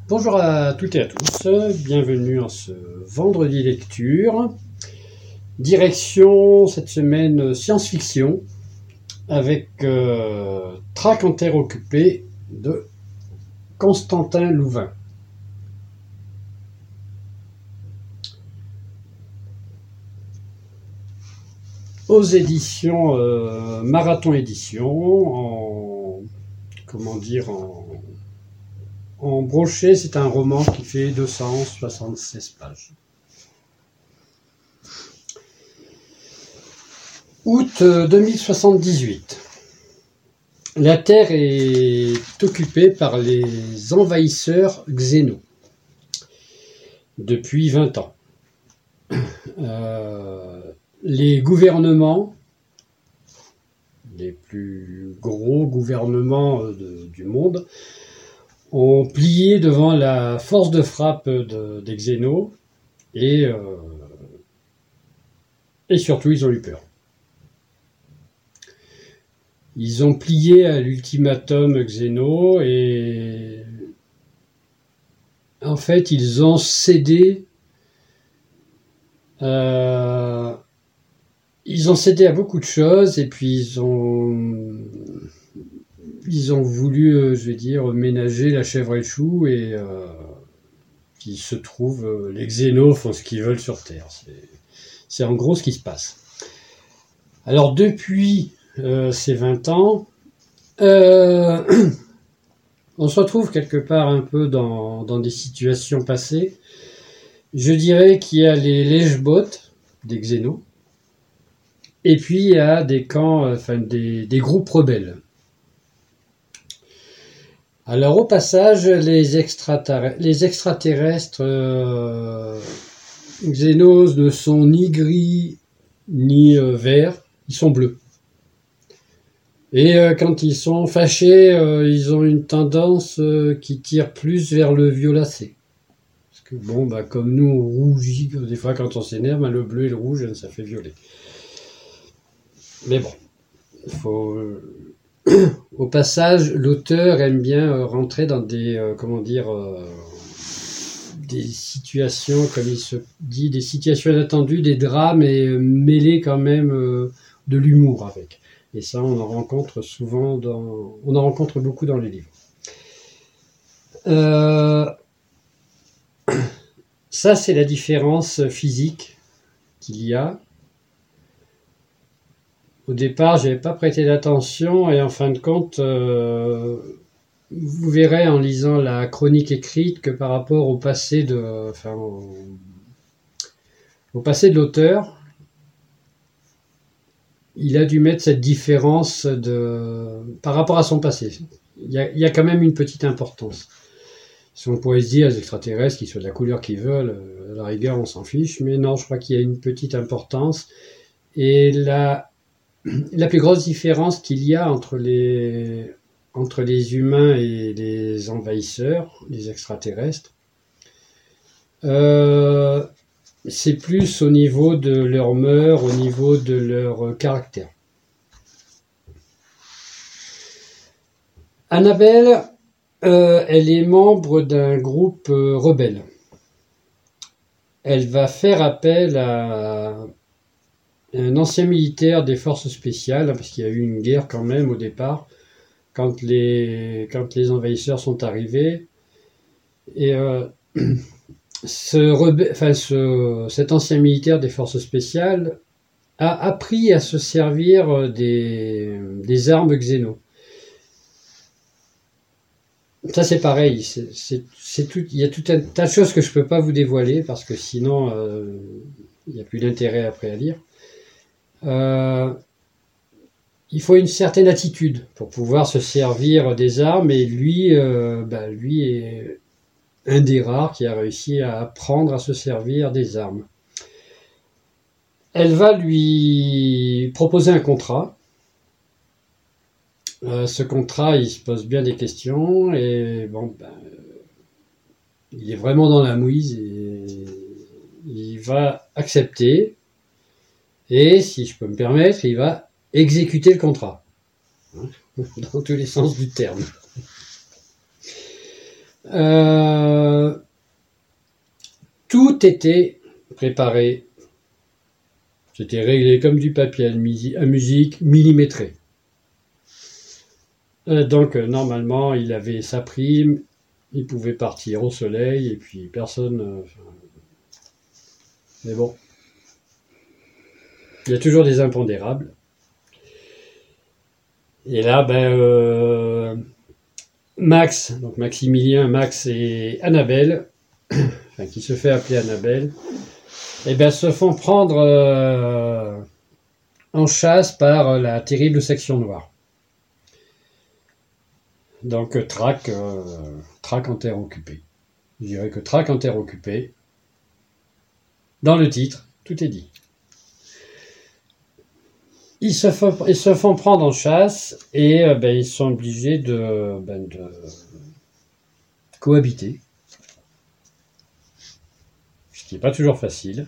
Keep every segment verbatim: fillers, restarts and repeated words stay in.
Bonjour à toutes et à tous, bienvenue en ce vendredi lecture. Direction cette semaine science-fiction avec euh, Traque en terre occupée de Constantin Louvain. Aux éditions euh, Marathon Édition, en comment dire en En brochet, c'est un roman qui fait deux cent soixante-seize pages. Août deux mille soixante-dix-huit. La Terre est occupée par les envahisseurs xénos depuis vingt ans. Euh, les gouvernements, les plus gros gouvernements de, du monde, ont plié devant la force de frappe de, des xénos et, euh, et surtout ils ont eu peur. Ils ont plié à l'ultimatum xéno et en fait ils ont cédé euh, ils ont cédé à beaucoup de choses et puis ils ont Ils ont voulu, euh, je vais dire, ménager la chèvre et le chou, et euh, il se trouve, euh, les xénos font ce qu'ils veulent sur Terre. C'est, c'est en gros ce qui se passe. Alors depuis euh, ces vingt ans, euh, on se retrouve quelque part un peu dans, dans des situations passées. Je dirais qu'il y a les lèche-bottes des xénos, et puis il y a des camps, enfin des, des groupes rebelles. Alors au passage, les, extraterrestres, les extraterrestres euh, xénos ne sont ni gris ni euh, verts, ils sont bleus. Et euh, quand ils sont fâchés, euh, ils ont une tendance euh, qui tire plus vers le violacé. Parce que bon, bah comme nous on rougit des fois quand on s'énerve, bah, le bleu et le rouge, ça fait violet. Mais bon, il faut... Au passage, l'auteur aime bien rentrer dans des, euh, comment dire, euh, des situations, comme il se dit, des situations inattendues, des drames, et euh, mêler quand même euh, de l'humour avec. Et ça, on en rencontre souvent dans, on en rencontre beaucoup dans les livres. Euh, ça, c'est la différence physique qu'il y a. Au départ, je n'avais pas prêté d'attention et en fin de compte, euh, vous verrez en lisant la chronique écrite que par rapport au passé de, enfin, au, au passé de l'auteur, il a dû mettre cette différence de, par rapport à son passé. Il y a, il y a quand même une petite importance. Si on pourrait se dire, les extraterrestres, qu'ils soient de la couleur qu'ils veulent, à la rigueur, on s'en fiche, mais non, je crois qu'il y a une petite importance. Et la La plus grosse différence qu'il y a entre les, entre les humains et les envahisseurs, les extraterrestres, euh, c'est plus au niveau de leur mœurs, au niveau de leur caractère. Annabelle, euh, elle est membre d'un groupe euh, rebelle. Elle va faire appel à un ancien militaire des forces spéciales, parce qu'il y a eu une guerre quand même au départ, quand les, quand les envahisseurs sont arrivés. Et euh, ce, rebelle, enfin ce, cet ancien militaire des forces spéciales a appris à se servir des, des armes xénos. Ça c'est pareil, c'est, c'est, c'est tout, il y a tout un tas de choses que je ne peux pas vous dévoiler, parce que sinon euh, il n'y a plus d'intérêt après à lire. Euh, il faut une certaine attitude pour pouvoir se servir des armes, et lui, euh, bah, lui est un des rares qui a réussi à apprendre à se servir des armes. Elle va lui proposer un contrat. Euh, ce contrat, il se pose bien des questions, et bon, ben, il est vraiment dans la mouise, et il va accepter. Et, si je peux me permettre, il va exécuter le contrat. Dans tous les sens du terme. Euh, tout était préparé. C'était réglé comme du papier à, musi- à musique, millimétré. Euh, donc, euh, normalement, il avait sa prime, il pouvait partir au soleil, et puis personne... euh, mais bon, il y a toujours des impondérables. Et là, ben, euh, Max, donc Maximilien, Max et Annabelle, enfin, qui se fait appeler Annabelle, eh ben, se font prendre euh, en chasse par la terrible section noire. Donc, euh, traque, euh, traque en terre occupée. Je dirais que traque en terre occupée, dans le titre, tout est dit. Ils se, font, ils se font prendre en chasse et euh, ben, ils sont obligés de, ben, de cohabiter, ce qui n'est pas toujours facile.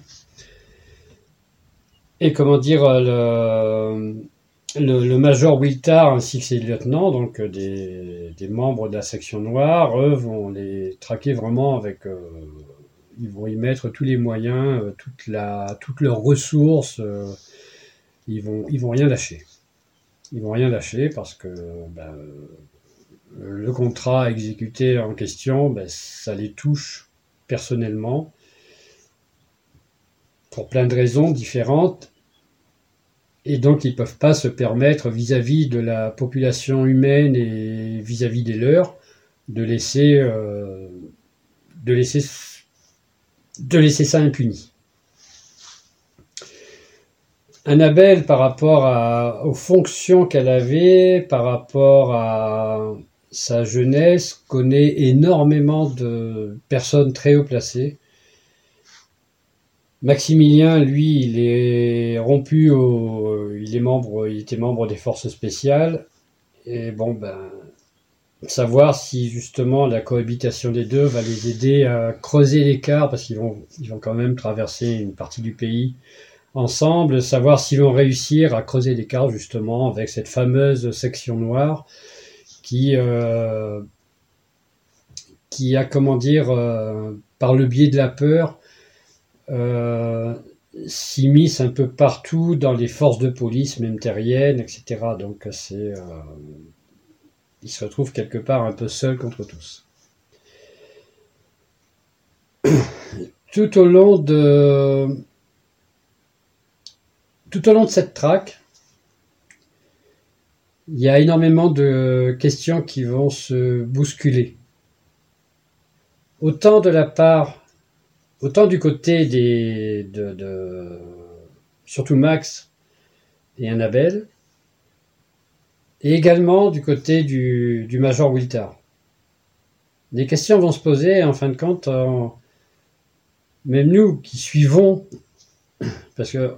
Et comment dire, le, le, le major Wiltar ainsi que ses lieutenants, donc des, des membres de la section noire, eux vont les traquer vraiment avec... Euh, ils vont y mettre tous les moyens, euh, toute la, toutes leurs ressources, euh, ils vont, ils vont rien lâcher. Ils vont rien lâcher parce que ben, le contrat exécuté en question, ben, ça les touche personnellement pour plein de raisons différentes. Et donc, ils ne peuvent pas se permettre, vis-à-vis de la population humaine et vis-à-vis des leurs, de laisser, euh, de laisser, de laisser ça impuni. Annabelle, par rapport à, aux fonctions qu'elle avait, par rapport à sa jeunesse, connaît énormément de personnes très haut placées. Maximilien, lui, il est rompu au, il est membre, il était membre des forces spéciales. Et bon, ben, savoir si justement la cohabitation des deux va les aider à creuser l'écart, parce qu'ils vont, ils vont quand même traverser une partie du pays ensemble, savoir s'ils vont réussir à creuser l'écart justement avec cette fameuse section noire qui, euh, qui a, comment dire, euh, par le biais de la peur, euh, s'immisce un peu partout dans les forces de police, même terriennes, et cetera. Donc c'est, euh, il se retrouve quelque part un peu seul contre tous. Tout au long de, tout au long de cette traque, il y a énormément de questions qui vont se bousculer. Autant de la part, autant du côté des, de, de surtout Max et Annabelle, et également du côté du, du Major Wiltar. Des questions vont se poser, en fin de compte, euh, même nous qui suivons, parce que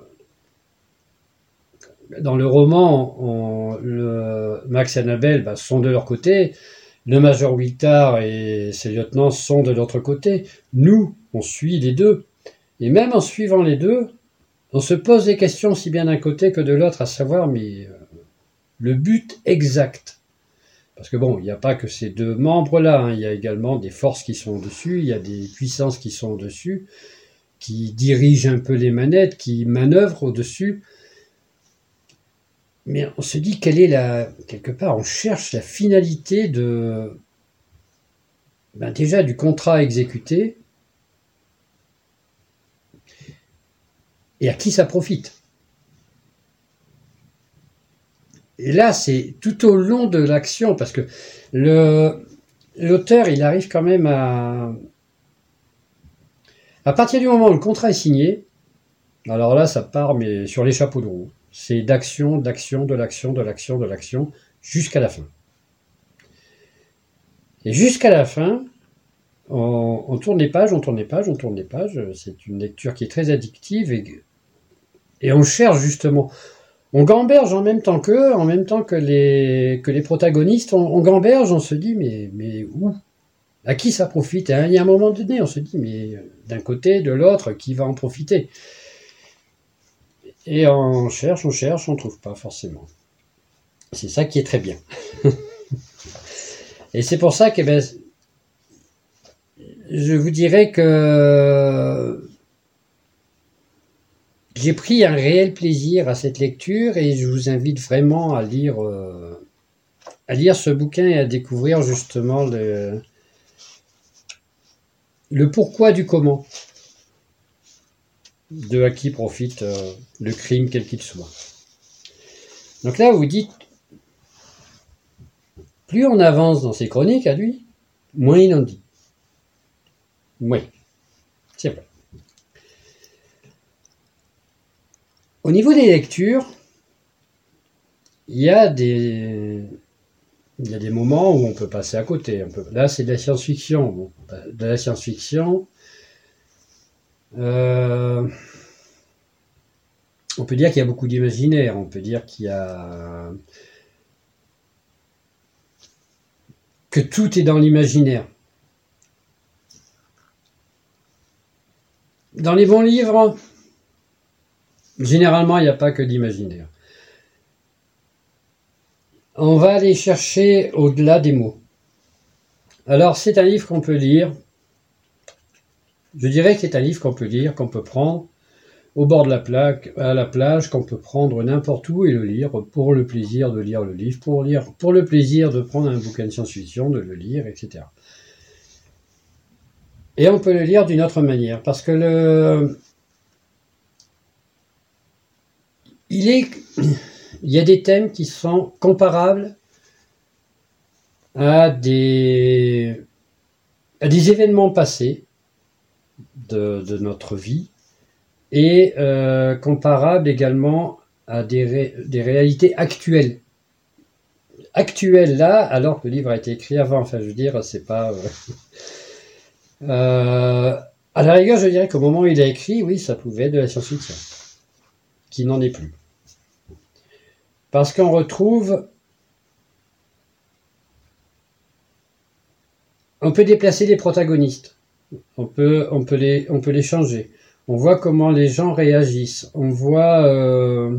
dans le roman, on, le, Max et Annabelle bah, sont de leur côté, le Major Wiltar et ses lieutenants sont de l'autre côté. Nous, on suit les deux. Et même en suivant les deux, on se pose des questions aussi bien d'un côté que de l'autre, à savoir, mais euh, le but exact. Parce que bon, il n'y a pas que ces deux membres-là, hein, il y a également des forces qui sont dessus, il y a des puissances qui sont dessus, qui dirigent un peu les manettes, qui manœuvrent au-dessus. Mais on se dit quelle est la... Quelque part, on cherche la finalité de... Ben déjà du contrat exécuté, et à qui ça profite. Et là, c'est tout au long de l'action, parce que le, l'auteur, il arrive quand même à... À partir du moment où le contrat est signé, alors là, ça part mais sur les chapeaux de roue. C'est d'action, d'action, de l'action, de l'action, de l'action, jusqu'à la fin. Et jusqu'à la fin, on, on tourne les pages, on tourne les pages, on tourne les pages. C'est une lecture qui est très addictive et, et on cherche justement... On gamberge en même temps qu'eux, en même temps que les, que les protagonistes, on, on gamberge, on se dit, mais, mais où? À qui ça profite? Et il y a un moment donné, on se dit, mais d'un côté, de l'autre, qui va en profiter? Et on cherche, on cherche, on ne trouve pas forcément. C'est ça qui est très bien. Et c'est pour ça que ben, je vous dirais que j'ai pris un réel plaisir à cette lecture et je vous invite vraiment à lire, euh, à lire ce bouquin et à découvrir justement le, le pourquoi du comment de à qui profite euh, le crime quel qu'il soit. Donc là, vous dites, plus on avance dans ses chroniques à lui, moins il en dit. Oui, c'est vrai. Au niveau des lectures, il y a des, il y a des moments où on peut passer à côté. Un peu. Là, c'est de la science-fiction. Bon, de la science-fiction, euh, on peut dire qu'il y a beaucoup d'imaginaire. On peut dire qu'il y a que tout est dans l'imaginaire. Dans les bons livres, généralement, il n'y a pas que d'imaginaire. On va aller chercher au-delà des mots. Alors, c'est un livre qu'on peut lire. Je dirais que c'est un livre qu'on peut lire, qu'on peut prendre au bord de la plaque, à la plage, qu'on peut prendre n'importe où et le lire pour le plaisir de lire le livre, pour lire, pour le plaisir de prendre un bouquin de science-fiction, de le lire, et cetera. Et on peut le lire d'une autre manière, parce que le, il est, il y a des thèmes qui sont comparables à des, à des événements passés de, de notre vie et euh, comparables également à des, ré, des réalités actuelles. Actuelles là, alors que le livre a été écrit avant. Enfin, je veux dire, c'est pas. Euh, euh, à la rigueur, je dirais qu'au moment où il a écrit, oui, ça pouvait être de la science-fiction, qui n'en est plus. Parce qu'on retrouve. On peut déplacer les protagonistes. On peut, on peut les, on peut les changer. On voit comment les gens réagissent. On voit, euh,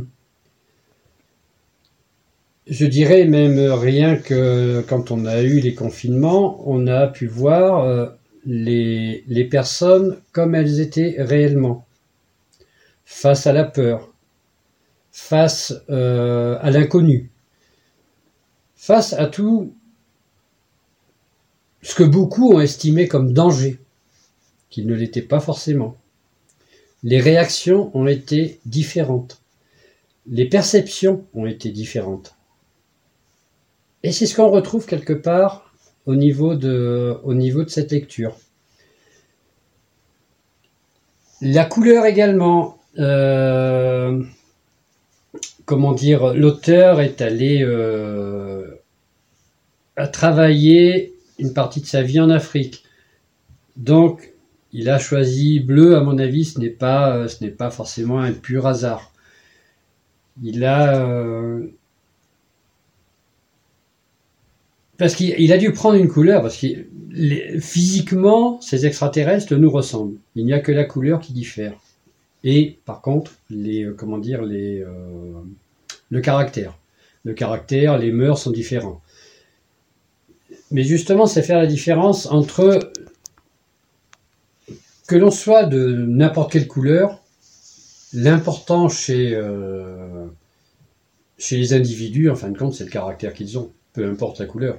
je dirais même rien que quand on a eu les confinements, on a pu voir euh, les, les personnes comme elles étaient réellement, face à la peur, face euh, à l'inconnu, face à tout ce que beaucoup ont estimé comme danger, qu'il ne l'était pas forcément. Les réactions ont été différentes. Les perceptions ont été différentes. Et c'est ce qu'on retrouve quelque part au niveau de, au niveau de cette lecture. La couleur également. Euh, comment dire, l'auteur est allé euh, à travailler une partie de sa vie en Afrique. Donc, il a choisi bleu, à mon avis, ce n'est pas, ce n'est pas forcément un pur hasard. Il a, euh, parce qu'il il a dû prendre une couleur, parce que les, physiquement, ces extraterrestres nous ressemblent. Il n'y a que la couleur qui diffère. Et par contre, les, comment dire, les, euh, le caractère, le caractère, les mœurs sont différents. Mais justement, c'est faire la différence entre que l'on soit de n'importe quelle couleur, l'important chez, euh, chez les individus, en fin de compte, c'est le caractère qu'ils ont, peu importe la couleur.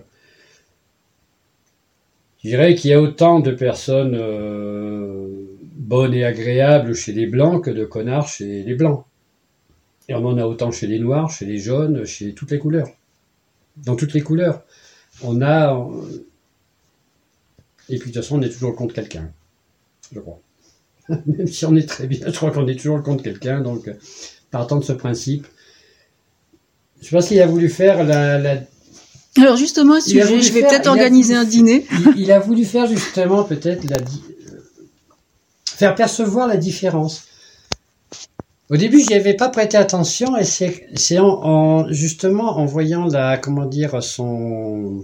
Je dirais qu'il y a autant de personnes euh, bonnes et agréables chez les blancs que de connards chez les blancs. Et on en a autant chez les noirs, chez les jaunes, chez toutes les couleurs. Dans toutes les couleurs. On a... Et puis de toute façon, on est toujours le contre quelqu'un. Je crois. Même si on est très bien, je crois qu'on est toujours le contre quelqu'un. Donc, partant de ce principe, je sais pas s'il a voulu faire la... la... Alors justement, à ce sujet, je vais faire, peut-être organiser voulu, un dîner. Il, il a voulu faire justement peut-être la... faire percevoir la différence. Au début, j'y avais pas prêté attention et c'est, c'est en, en, justement en voyant la, comment dire, son,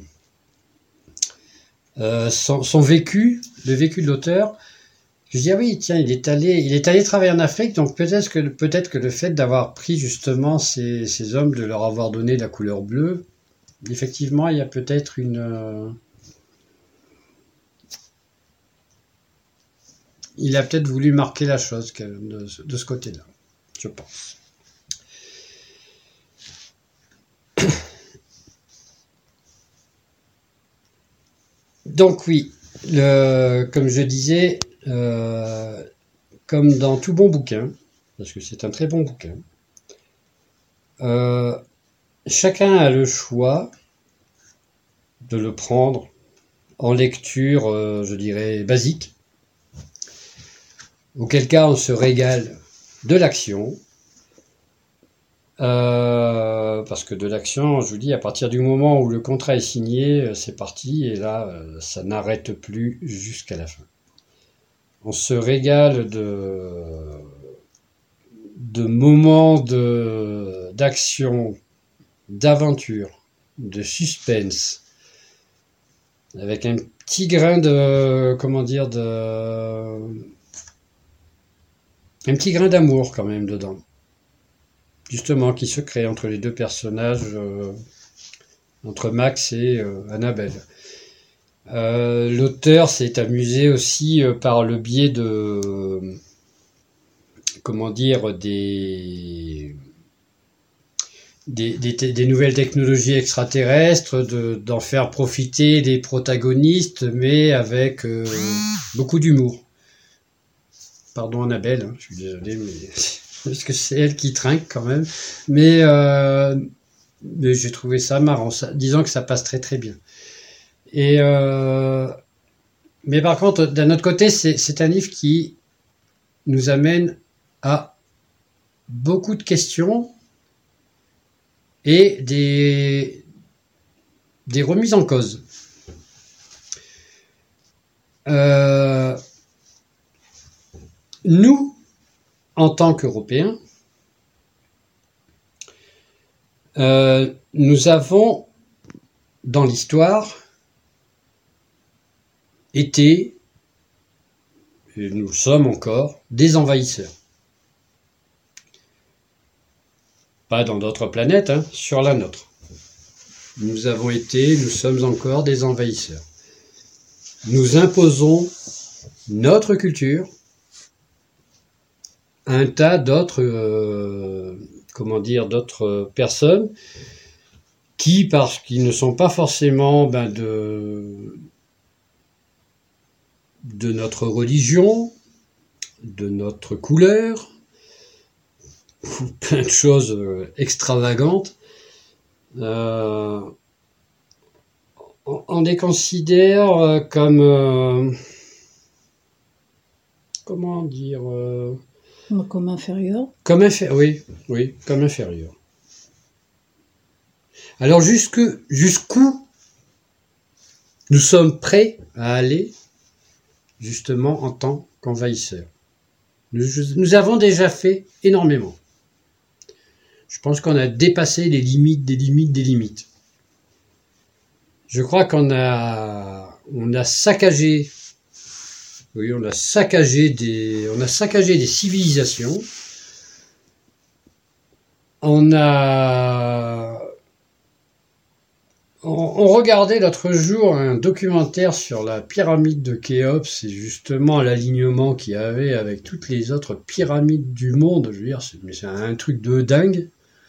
euh, son, son vécu, le vécu de l'auteur, je dis ah oui, tiens, il est allé, il est allé travailler en Afrique, donc peut-être que, peut-être que le fait d'avoir pris justement ces, ces hommes, de leur avoir donné la couleur bleue, effectivement, il y a peut-être une, euh, il a peut-être voulu marquer la chose de, de ce côté-là, je pense. Donc oui, le, comme je disais, euh, comme dans tout bon bouquin, parce que c'est un très bon bouquin, euh, chacun a le choix de le prendre en lecture, euh, je dirais, basique, auquel cas on se régale de l'action, euh, parce que de l'action, je vous dis, à partir du moment où le contrat est signé, c'est parti, et là, ça n'arrête plus jusqu'à la fin. On se régale de, de moments de, d'action, d'aventure, de suspense, avec un petit grain de, comment dire, de, un petit grain d'amour quand même dedans, justement, qui se crée entre les deux personnages, euh, entre Max et euh, Annabelle. Euh, l'auteur s'est amusé aussi euh, par le biais de, euh, comment dire, des, des, des, des nouvelles technologies extraterrestres, de, d'en faire profiter des protagonistes, mais avec euh, beaucoup d'humour. Pardon Annabelle, hein, je suis désolé, mais parce que c'est elle qui trinque quand même. Mais, euh, mais j'ai trouvé ça marrant. Ça, disons que ça passe très très bien. Et euh, mais par contre, d'un autre côté, c'est, c'est un livre qui nous amène à beaucoup de questions et des, des remises en cause. Euh, nous, en tant qu'Européens, euh, nous avons, dans l'histoire, été, et nous sommes encore, des envahisseurs. Pas dans d'autres planètes, hein, sur la nôtre. Nous avons été, nous sommes encore des envahisseurs. Nous imposons notre culture à un tas d'autres, euh, comment dire, d'autres personnes qui, parce qu'ils ne sont pas forcément ben, de, de notre religion, de notre couleur, ou plein de choses extravagantes, euh, on, on les considère comme, euh, comment dire, euh, comme inférieur. Comme inférieur, oui, oui, comme inférieur. Alors jusque, jusqu'où nous sommes prêts à aller, justement, en tant qu'envahisseurs. Nous, nous avons déjà fait énormément. Je pense qu'on a dépassé les limites, des limites, des limites. Je crois qu'on a, on a saccagé, oui, on a saccagé des, on a saccagé des civilisations. On a, on, on regardait l'autre jour un documentaire sur la pyramide de Khéops et justement l'alignement qu'il y avait avec toutes les autres pyramides du monde. Je veux dire, c'est, mais c'est un truc de dingue.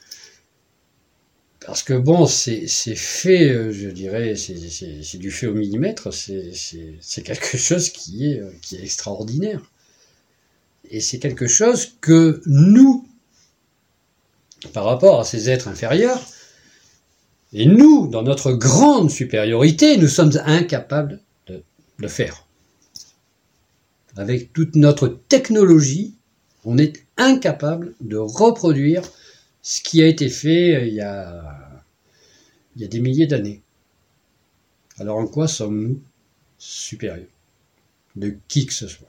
Parce que bon, c'est, c'est fait, je dirais, c'est, c'est, c'est du fait au millimètre, c'est, c'est, c'est quelque chose qui est, qui est extraordinaire. Et c'est quelque chose que nous, par rapport à ces êtres inférieurs, et nous, dans notre grande supériorité, nous sommes incapables de, de faire. Avec toute notre technologie, on est incapable de reproduire ce qui a été fait il y a, il y a des milliers d'années. Alors en quoi sommes-nous supérieurs de qui que ce soit?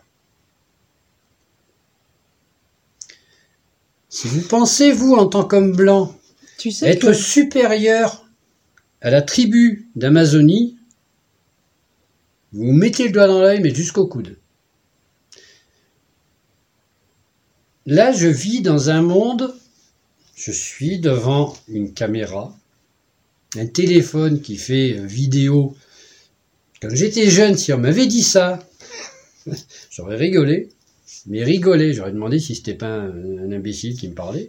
Si vous pensez, vous, en tant qu'homme blanc, tu sais être que... supérieur à la tribu d'Amazonie, vous mettez le doigt dans l'œil, mais jusqu'au coude. Là, je vis dans un monde, je suis devant une caméra, un téléphone qui fait vidéo. Quand j'étais jeune, si on m'avait dit ça, J'aurais rigolé, mais rigolé. J'aurais demandé si c'était pas un, un imbécile qui me parlait.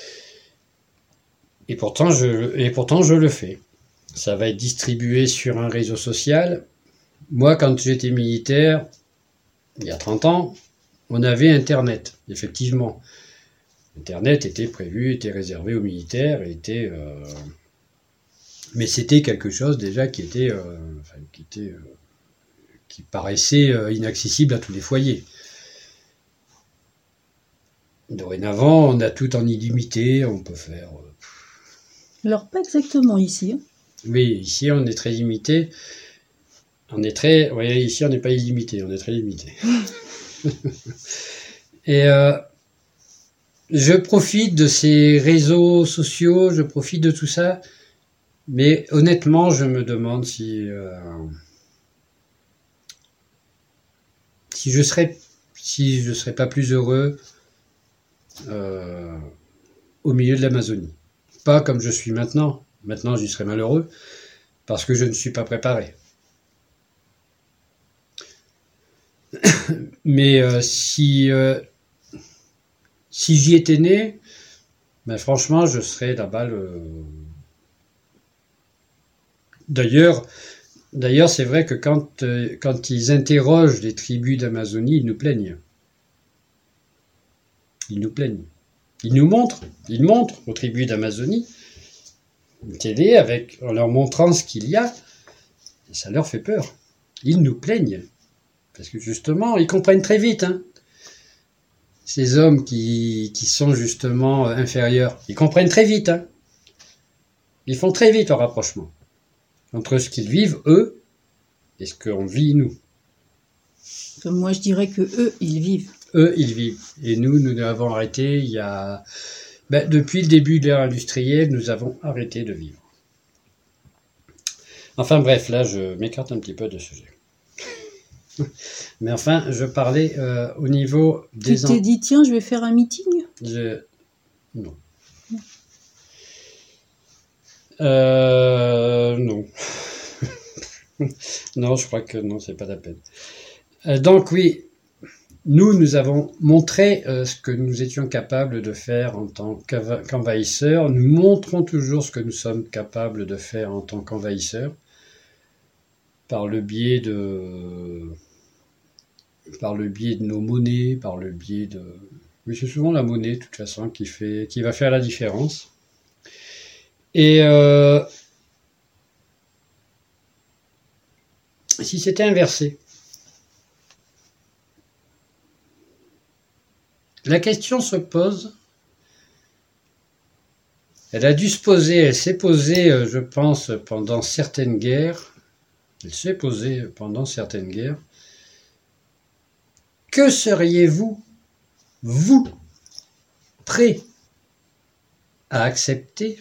Et pourtant, je, et pourtant, je le fais. Ça va être distribué sur un réseau social. Moi, quand j'étais militaire, il y a trente ans, on avait Internet, effectivement. Internet était prévu, était réservé aux militaires, et était, euh... mais c'était quelque chose déjà qui était, euh... enfin, qui était, euh... qui paraissait euh, inaccessible à tous les foyers. Dorénavant, on a tout en illimité, on peut faire. Euh... Alors pas exactement ici. Hein. Oui, ici on est très limité. On est très, oui, ici on n'est pas illimité, on est très limité. Et euh, je profite de ces réseaux sociaux, je profite de tout ça, mais honnêtement, je me demande si euh, si je serais si je serais pas plus heureux euh, au milieu de l'Amazonie. Pas comme je suis maintenant. Maintenant, j'y serais malheureux parce que je ne suis pas préparé. Mais euh, si euh, si j'y étais né, ben franchement, je serais là-bas le. D'ailleurs, d'ailleurs, c'est vrai que quand euh, quand ils interrogent les tribus d'Amazonie, ils nous plaignent. Ils nous plaignent. Ils nous montrent, ils montrent aux tribus d'Amazonie une télé avec en leur montrant ce qu'il y a, et ça leur fait peur. Ils nous plaignent. Parce que justement, ils comprennent très vite, hein. Ces hommes qui, qui sont justement inférieurs, ils comprennent très vite, hein. Ils font très vite le rapprochement entre ce qu'ils vivent, eux, et ce qu'on vit, nous. Enfin, moi, je dirais que eux, ils vivent. Eux, ils vivent. Et nous, nous avons arrêté il y a... Ben, depuis le début de l'ère industrielle, nous avons arrêté de vivre. Enfin bref, là, je m'écarte un petit peu de sujet. Mais enfin, je parlais euh, au niveau des... Tu t'es dit, tiens, je vais faire un meeting ? Je... Non. Euh... Non. Non, je crois que non, c'est pas la peine. Euh, donc oui, nous, nous avons montré euh, ce que nous étions capables de faire en tant qu'envahisseurs. Nous montrons toujours ce que nous sommes capables de faire en tant qu'envahisseurs par le biais de... par le biais de nos monnaies, par le biais de... Oui, c'est souvent la monnaie, de toute façon, qui fait, qui va faire la différence. Et euh, si c'était inversé, la question se pose, elle a dû se poser, elle s'est posée, je pense, pendant certaines guerres, elle s'est posée pendant certaines guerres. Que seriez-vous, vous, prêt à accepter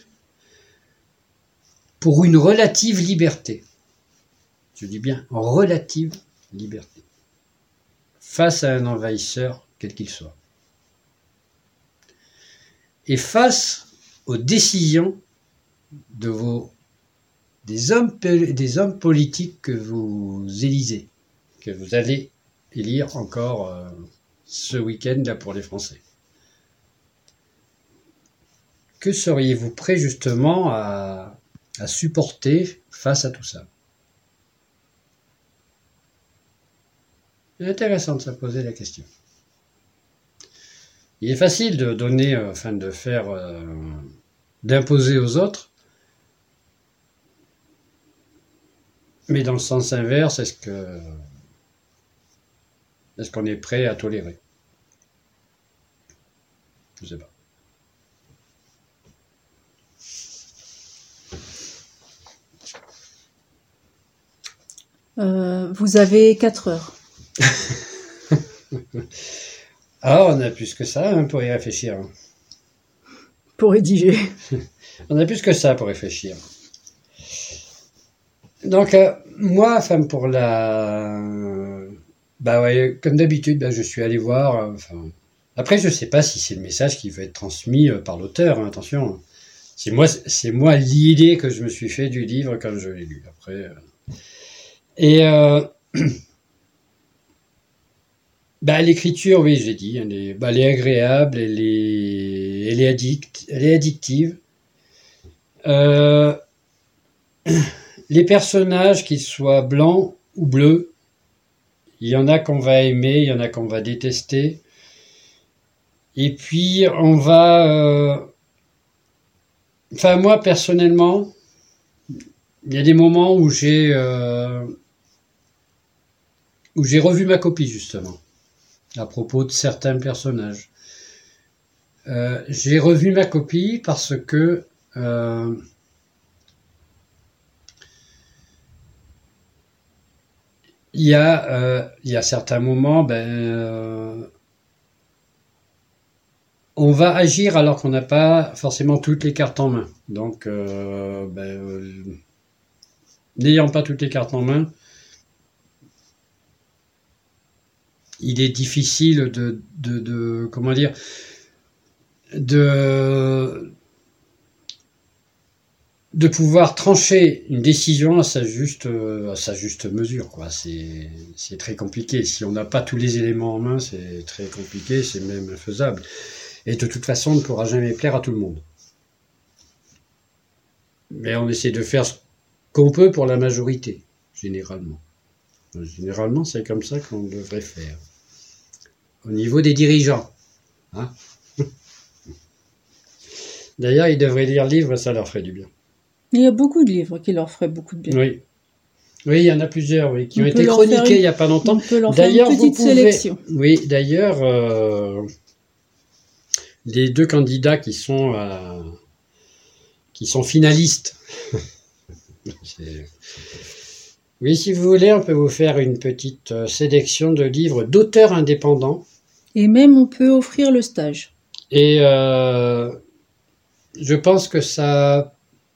pour une relative liberté? Je dis bien relative liberté. Face à un envahisseur, quel qu'il soit. Et face aux décisions de vos, des hommes, des hommes politiques que vous élisez, que vous allez élire encore euh, ce week-end là pour les Français. Que seriez-vous prêt justement à, à supporter face à tout ça? C'est intéressant de se poser la question. Il est facile de donner, euh, enfin de faire, euh, d'imposer aux autres, mais dans le sens inverse, est-ce que est-ce qu'on est prêt à tolérer? Je ne sais pas. Euh, vous avez quatre heures. Ah, on a plus que ça hein, pour y réfléchir. Pour rédiger. On a plus que ça pour réfléchir. Donc, euh, moi, enfin, pour la... Bah ouais, comme d'habitude, bah, je suis allé voir... Euh, enfin... Après, je sais pas si c'est le message qui veut être transmis euh, par l'auteur, hein, attention. C'est moi, c'est moi l'idée que je me suis fait du livre quand je l'ai lu. Après... Euh... Et... Euh... Bah, l'écriture, oui, j'ai dit, elle est, bah, elle est agréable, elle est, elle est addict, elle est addictive. Euh, les personnages, qu'ils soient blancs ou bleus, il y en a qu'on va aimer, il y en a qu'on va détester. Et puis, on va... euh, Enfin, moi, personnellement, il y a des moments où j'ai euh, où j'ai revu ma copie, justement, à propos de certains personnages. Euh, j'ai revu ma copie parce que euh, il y a euh, il y a certains moments, ben euh, on va agir alors qu'on n'a pas forcément toutes les cartes en main. Donc, euh, ben, euh, n'ayant pas toutes les cartes en main, il est difficile de, de, de comment dire, de de pouvoir trancher une décision à sa juste à sa juste mesure, quoi. C'est c'est très compliqué. Si on n'a pas tous les éléments en main, c'est très compliqué, c'est même infaisable. Et de toute façon, on ne pourra jamais plaire à tout le monde. Mais on essaie de faire ce qu'on peut pour la majorité, généralement. Généralement, c'est comme ça qu'on devrait faire. Au niveau des dirigeants. Hein. D'ailleurs, ils devraient lire le livre, ça leur ferait du bien. Il y a beaucoup de livres qui leur feraient beaucoup de bien. Oui. Oui, il y en a plusieurs, oui, qui On ont peut été leur chroniqués faire une- il n'y a pas longtemps. On peut leur faire D'ailleurs, une vous petite pouvez. sélection. Oui, d'ailleurs, euh, les deux candidats qui sont à- qui sont finalistes. C'est- Oui, si vous voulez, on peut vous faire une petite euh, sélection de livres d'auteurs indépendants. Et même, on peut offrir le stage. Et euh, je pense que ça,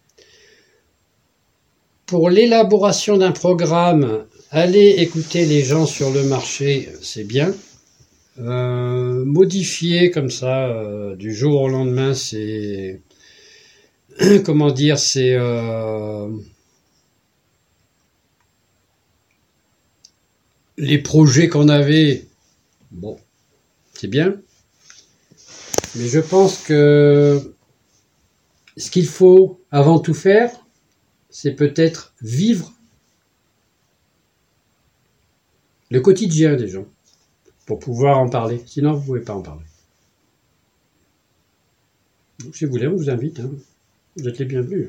pour l'élaboration d'un programme, aller écouter les gens sur le marché, c'est bien. Euh, modifier comme ça euh, du jour au lendemain, c'est comment dire, c'est euh, les projets qu'on avait. Bon, c'est bien, mais je pense que ce qu'il faut avant tout faire, c'est peut-être vivre le quotidien des gens pour pouvoir en parler. Sinon, vous ne pouvez pas en parler. Donc, si vous voulez, on vous invite. Hein. Vous êtes les bienvenus.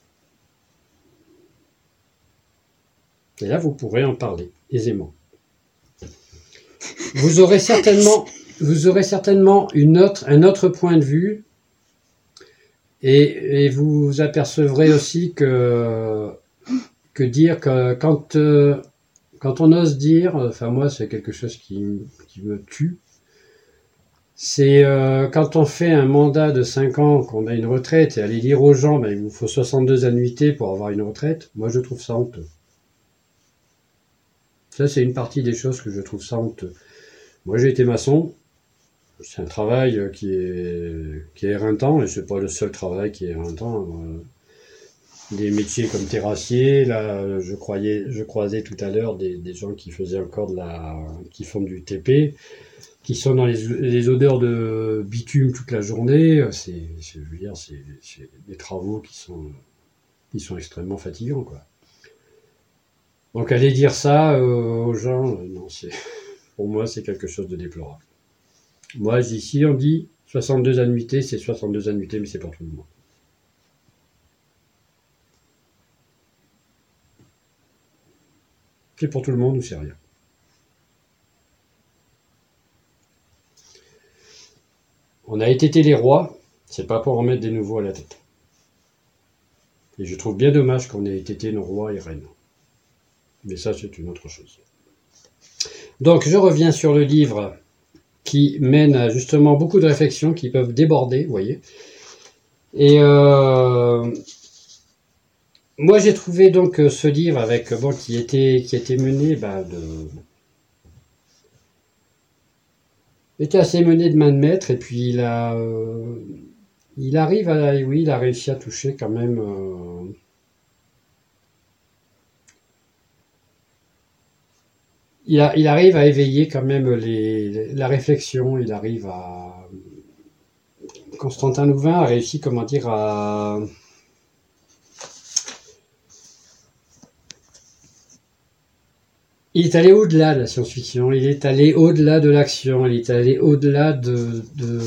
Et là, vous pourrez en parler aisément. Vous aurez certainement, vous aurez certainement une autre, un autre point de vue, et, et vous vous apercevrez aussi que, que dire que quand, euh, quand on ose dire, enfin moi c'est quelque chose qui, qui me tue, c'est euh, quand on fait un mandat de cinq ans, qu'on a une retraite, et aller dire aux gens, ben, il vous faut soixante-deux annuités pour avoir une retraite, moi je trouve ça honteux. Ça c'est une partie des choses que je trouve ça honteux. Moi j'ai été maçon, c'est un travail qui est, qui est éreintant, et c'est pas le seul travail qui est éreintant. Des métiers comme terrassier, là, je croyais, je croisais tout à l'heure des, des gens qui faisaient encore de la, qui font du T P, qui sont dans les, les odeurs de bitume toute la journée. C'est, c'est je veux dire, c'est, c'est des travaux qui sont, qui sont extrêmement fatigants, quoi. Donc aller dire ça euh, aux gens, euh, non, c'est, pour moi, c'est quelque chose de déplorable. Moi, ici, on dit soixante-deux annuités, c'est soixante-deux annuités, mais c'est pour tout le monde. C'est pour tout le monde ou c'est rien. On a été les rois, c'est pas pour en mettre des nouveaux à la tête. Et je trouve bien dommage qu'on ait été nos rois et reines. Mais ça, c'est une autre chose. Donc, je reviens sur le livre qui mène à justement beaucoup de réflexions qui peuvent déborder, vous voyez. Et euh, moi, j'ai trouvé donc ce livre avec bon qui était qui était mené, bah, de était assez mené de main de maître, et puis il a euh, il arrive à oui, il a réussi à toucher quand même. Euh, il, a, il arrive à éveiller quand même les, les- la réflexion, il arrive à... Constantin Louvain a réussi, comment dire, à... Il est allé au-delà de la science-fiction, il est allé au-delà de l'action, il est allé au-delà de... de...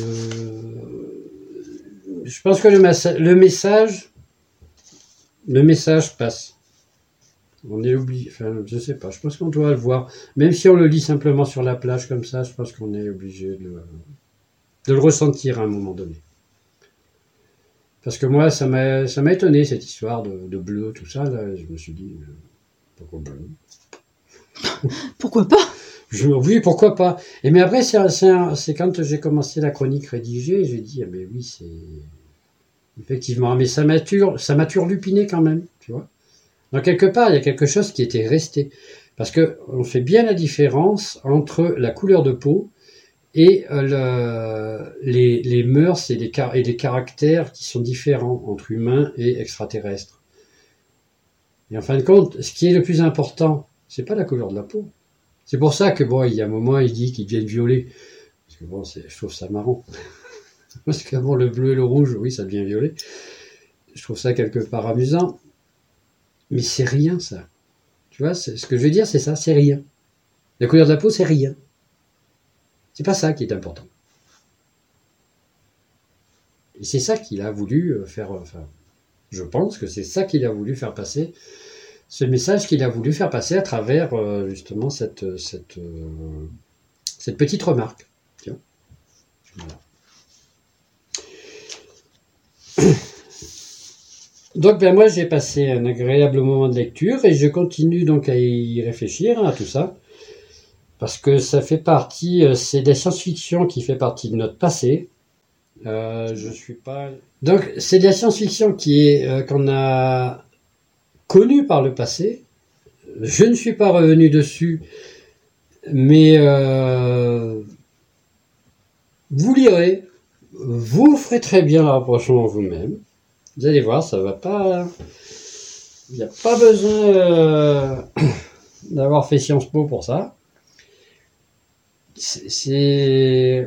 Je pense que le, massa- le message, le message passe. On est obligé, enfin, je sais pas, je pense qu'on doit le voir. Même si on le lit simplement sur la plage comme ça, je pense qu'on est obligé de le, de le ressentir à un moment donné. Parce que moi, ça m'a, ça m'a étonné cette histoire de, de bleu, tout ça, là. Je me suis dit, euh, pourquoi bleu? Pourquoi pas? Je, oui, pourquoi pas? Et mais après, c'est, c'est, un- c'est quand j'ai commencé la chronique rédigée, j'ai dit, ah mais oui, c'est effectivement, mais ça m'a tur- ça m'a turlupiné quand même, tu vois. Donc quelque part, il y a quelque chose qui était resté. Parce que on fait bien la différence entre la couleur de peau et euh, le- les, les mœurs et les, car- et les caractères qui sont différents entre humains et extraterrestres. Et en fin de compte, ce qui est le plus important, c'est pas la couleur de la peau. C'est pour ça que bon, il y a un moment, il dit qu'ils deviennent violets. Parce que bon, c'est, je trouve ça marrant. Parce que bon, le bleu et le rouge, oui, ça devient violet. Je trouve ça quelque part amusant. Mais c'est rien, ça. Tu vois, c'est, ce que je veux dire, c'est ça, c'est rien. La couleur de la peau, c'est rien. C'est pas ça qui est important. Et c'est ça qu'il a voulu euh, faire. Enfin, je pense que c'est ça qu'il a voulu faire passer. Ce message qu'il a voulu faire passer à travers euh, justement cette, cette, euh, cette petite remarque. Tiens. Voilà. Donc ben moi j'ai passé un agréable moment de lecture et je continue donc à y réfléchir hein, à tout ça parce que ça fait partie, euh, c'est de la science-fiction qui fait partie de notre passé. Euh, je suis pas. Donc c'est de la science-fiction qui est euh, qu'on a connu par le passé. Je ne suis pas revenu dessus, mais euh, vous lirez, vous ferez très bien le rapprochement vous-même. Vous allez voir, ça va pas. Il n'y a pas besoin euh, d'avoir fait Sciences Po pour ça. C'est, c'est,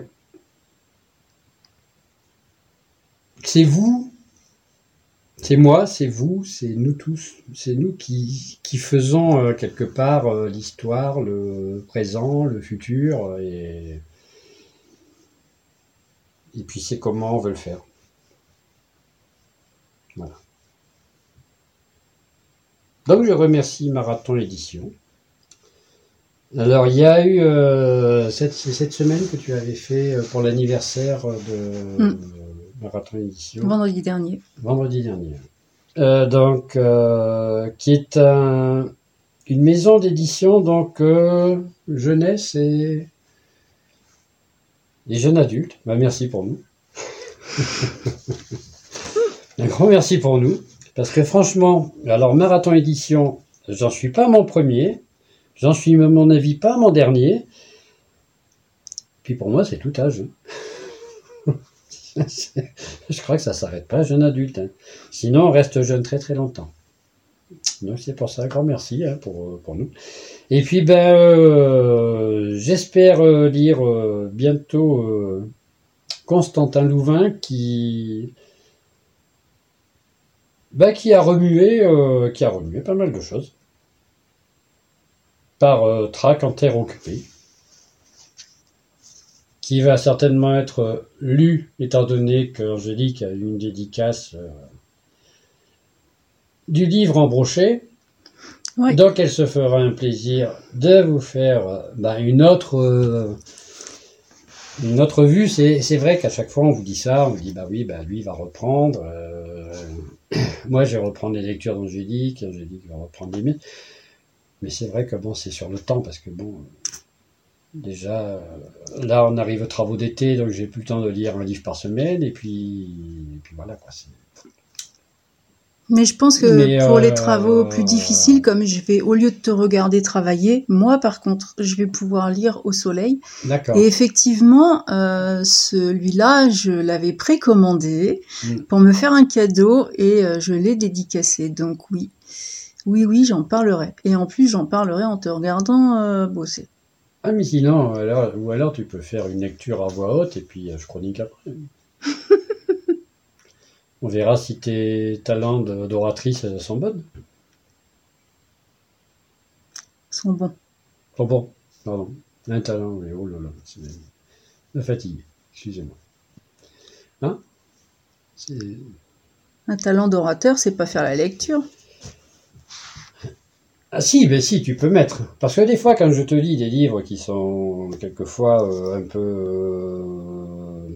c'est vous, c'est moi, c'est vous, c'est nous tous. C'est nous qui, qui faisons euh, quelque part euh, l'histoire, le présent, le futur, et, et puis c'est comment on veut le faire. Voilà. Donc je remercie Marathon Édition. Alors il y a eu euh, cette, c'est cette semaine que tu avais fait euh, pour l'anniversaire de Mm. Marathon Édition. Vendredi dernier. Vendredi dernier. Euh, donc, euh, qui est un, une maison d'édition donc euh, jeunesse et les jeunes adultes. Bah, merci pour nous. Un grand merci pour nous. Parce que franchement, alors Marathon Édition, j'en suis pas mon premier. J'en suis, à mon avis, pas mon dernier. Puis pour moi, c'est tout âge. Je crois que ça s'arrête pas jeune adulte. Hein. Sinon, on reste jeune très très longtemps. Donc c'est pour ça, un grand merci hein, pour, pour nous. Et puis ben euh, j'espère euh, lire euh, bientôt euh, Constantin Louvain qui ben, qui a remué euh, qui a remué pas mal de choses par euh, Trac en terre occupée, qui va certainement être lu étant donné qu'Angélique a eu une dédicace euh, du livre en brochet. Oui. Donc elle se fera un plaisir de vous faire euh, ben, une autre euh, une autre vue. C'est, c'est vrai qu'à chaque fois on vous dit ça, on vous dit bah oui, bah lui il va reprendre. Euh, moi je vais reprendre les lectures d'Angélique, Angélique va reprendre les miennes. Mais c'est vrai que bon c'est sur le temps parce que bon déjà euh, là on arrive aux travaux d'été donc j'ai plus le temps de lire un livre par semaine et puis et puis voilà quoi. C'est... Mais je pense que Mais, pour euh, les travaux plus difficiles, comme je vais, au lieu de te regarder travailler, moi par contre, je vais pouvoir lire au soleil. D'accord. Et effectivement, euh, celui-là, je l'avais précommandé Mm. pour me faire un cadeau et euh, je l'ai dédicacé. Donc oui, oui, oui, j'en parlerai. Et en plus, j'en parlerai en te regardant euh, bosser. Ah, mais sinon, alors, ou alors tu peux faire une lecture à voix haute et puis euh, je chronique après. On verra si tes talents de- d'oratrice euh, sont bonnes. Sont bons. Oh bon, pardon. Un talent, mais oh là là, c'est la fatigue. Excusez-moi. Hein? C'est... Un talent d'orateur, c'est pas faire la lecture. Ah si, ben si, tu peux mettre. Parce que des fois, quand je te lis des livres qui sont quelquefois euh, un peu euh,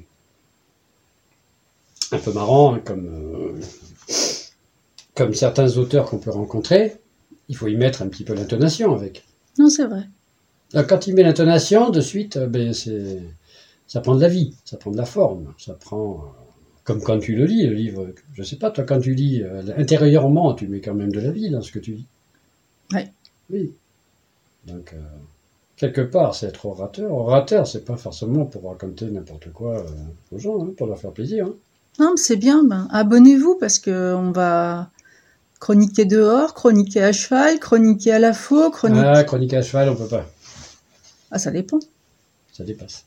un peu marrants, hein, comme euh, comme certains auteurs qu'on peut rencontrer, il faut y mettre un petit peu l'intonation avec. Non, c'est vrai. Alors, quand il met l'intonation, de suite, euh, ben c'est ça prend de la vie, ça prend de la forme, ça prend euh, comme quand tu le lis, le livre. Je sais pas, toi, quand tu lis euh, intérieurement, tu mets quand même de la vie dans ce que tu lis. Ouais. Oui. Donc, euh, quelque part, c'est être orateur. Orateur, c'est pas forcément pour raconter n'importe quoi euh, aux gens, hein, pour leur faire plaisir. Hein. Non, mais c'est bien. Ben, abonnez-vous parce que on va chroniquer dehors, chroniquer à cheval, chroniquer à la faux, chroniquer... Ah, chronique à cheval, on peut pas. Ah, ça dépend. Ça dépasse.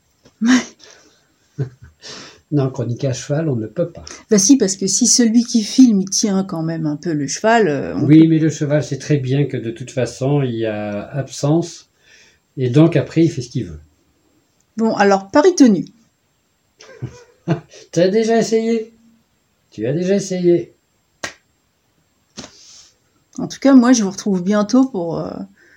Non, chronique à cheval, on ne peut pas. Bah si, parce que si celui qui filme, il tient quand même un peu le cheval... euh, on Oui, peut- mais le cheval, c'est très bien que de toute façon, il y a absence. Et donc, après, il fait ce qu'il veut. Bon, alors, pari tenu. Tu as déjà essayé? Tu as déjà essayé? En tout cas, moi, je vous retrouve bientôt pour... euh,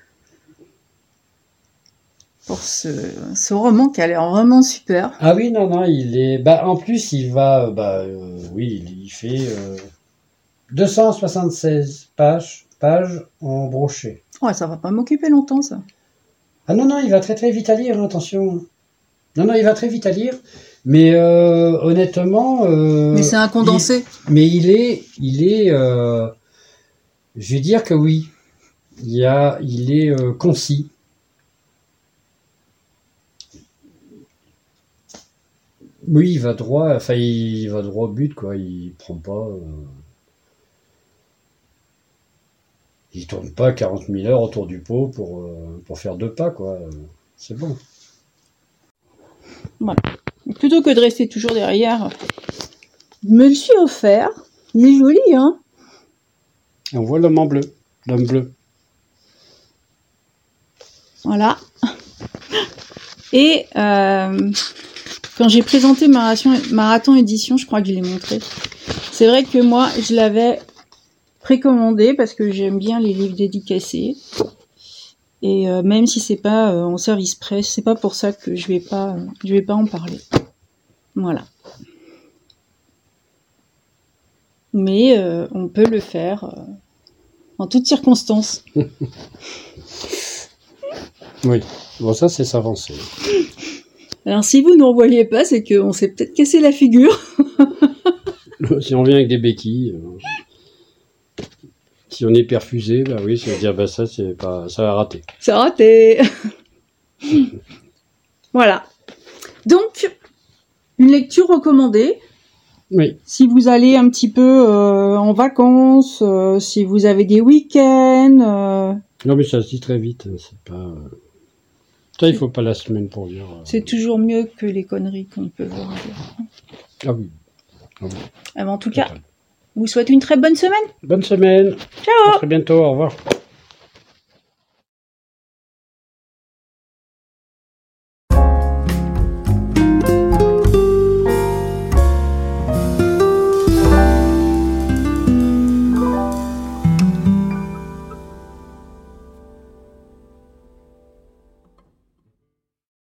pour ce, ce roman qui a l'air vraiment super. Ah oui, non, non, il est... Bah, en plus, il va... Bah, euh, oui, il il fait euh, deux cent soixante-seize pages, pages en brochet. Ouais, ça va pas m'occuper longtemps, ça. Ah non, non, il va très très vite à lire, hein, attention. Non, non, il va très vite à lire. Mais euh, honnêtement... euh, Mais c'est un condensé. il- mais il est... Il est euh, je vais dire que oui. Il, y a, il est euh, concis. Oui, il va droit, enfin, il va droit au but, quoi. Il prend pas... euh, il tourne pas quarante mille heures autour du pot pour, euh, pour faire deux pas, quoi. C'est bon. Voilà. Plutôt que de rester toujours derrière, je me le suis offert. Il est joli, hein. Et on voit l'homme en bleu. L'homme bleu. Voilà. Et euh, quand j'ai présenté Marathon, Marathon Édition, je crois que je l'ai montré. C'est vrai que moi, je l'avais précommandé parce que j'aime bien les livres dédicacés. Et euh, même si c'est pas euh, en service presse, c'est pas pour ça que je vais pas, euh, je vais pas en parler. Voilà. Mais euh, on peut le faire euh, en toutes circonstances. Oui. Bon, ça, c'est s'avancer. Alors si vous ne voyez pas, c'est qu'on s'est peut-être cassé la figure. Si on vient avec des béquilles, euh, si on est perfusé, bah oui, ça veut dire, bah ça, c'est pas, ça a raté. Ça a raté. Voilà. Donc, une lecture recommandée. Oui. Si vous allez un petit peu euh, en vacances, euh, si vous avez des week-ends. euh, Non, mais ça se dit très vite. hein, C'est pas. euh, Ça, il faut pas la semaine pour lire. euh. C'est toujours mieux que les conneries qu'on peut voir. Ah oui. Ah oui. Alors, en tout cas, Total. je vous souhaite une très bonne semaine. Bonne semaine. Ciao. À très bientôt. Au revoir.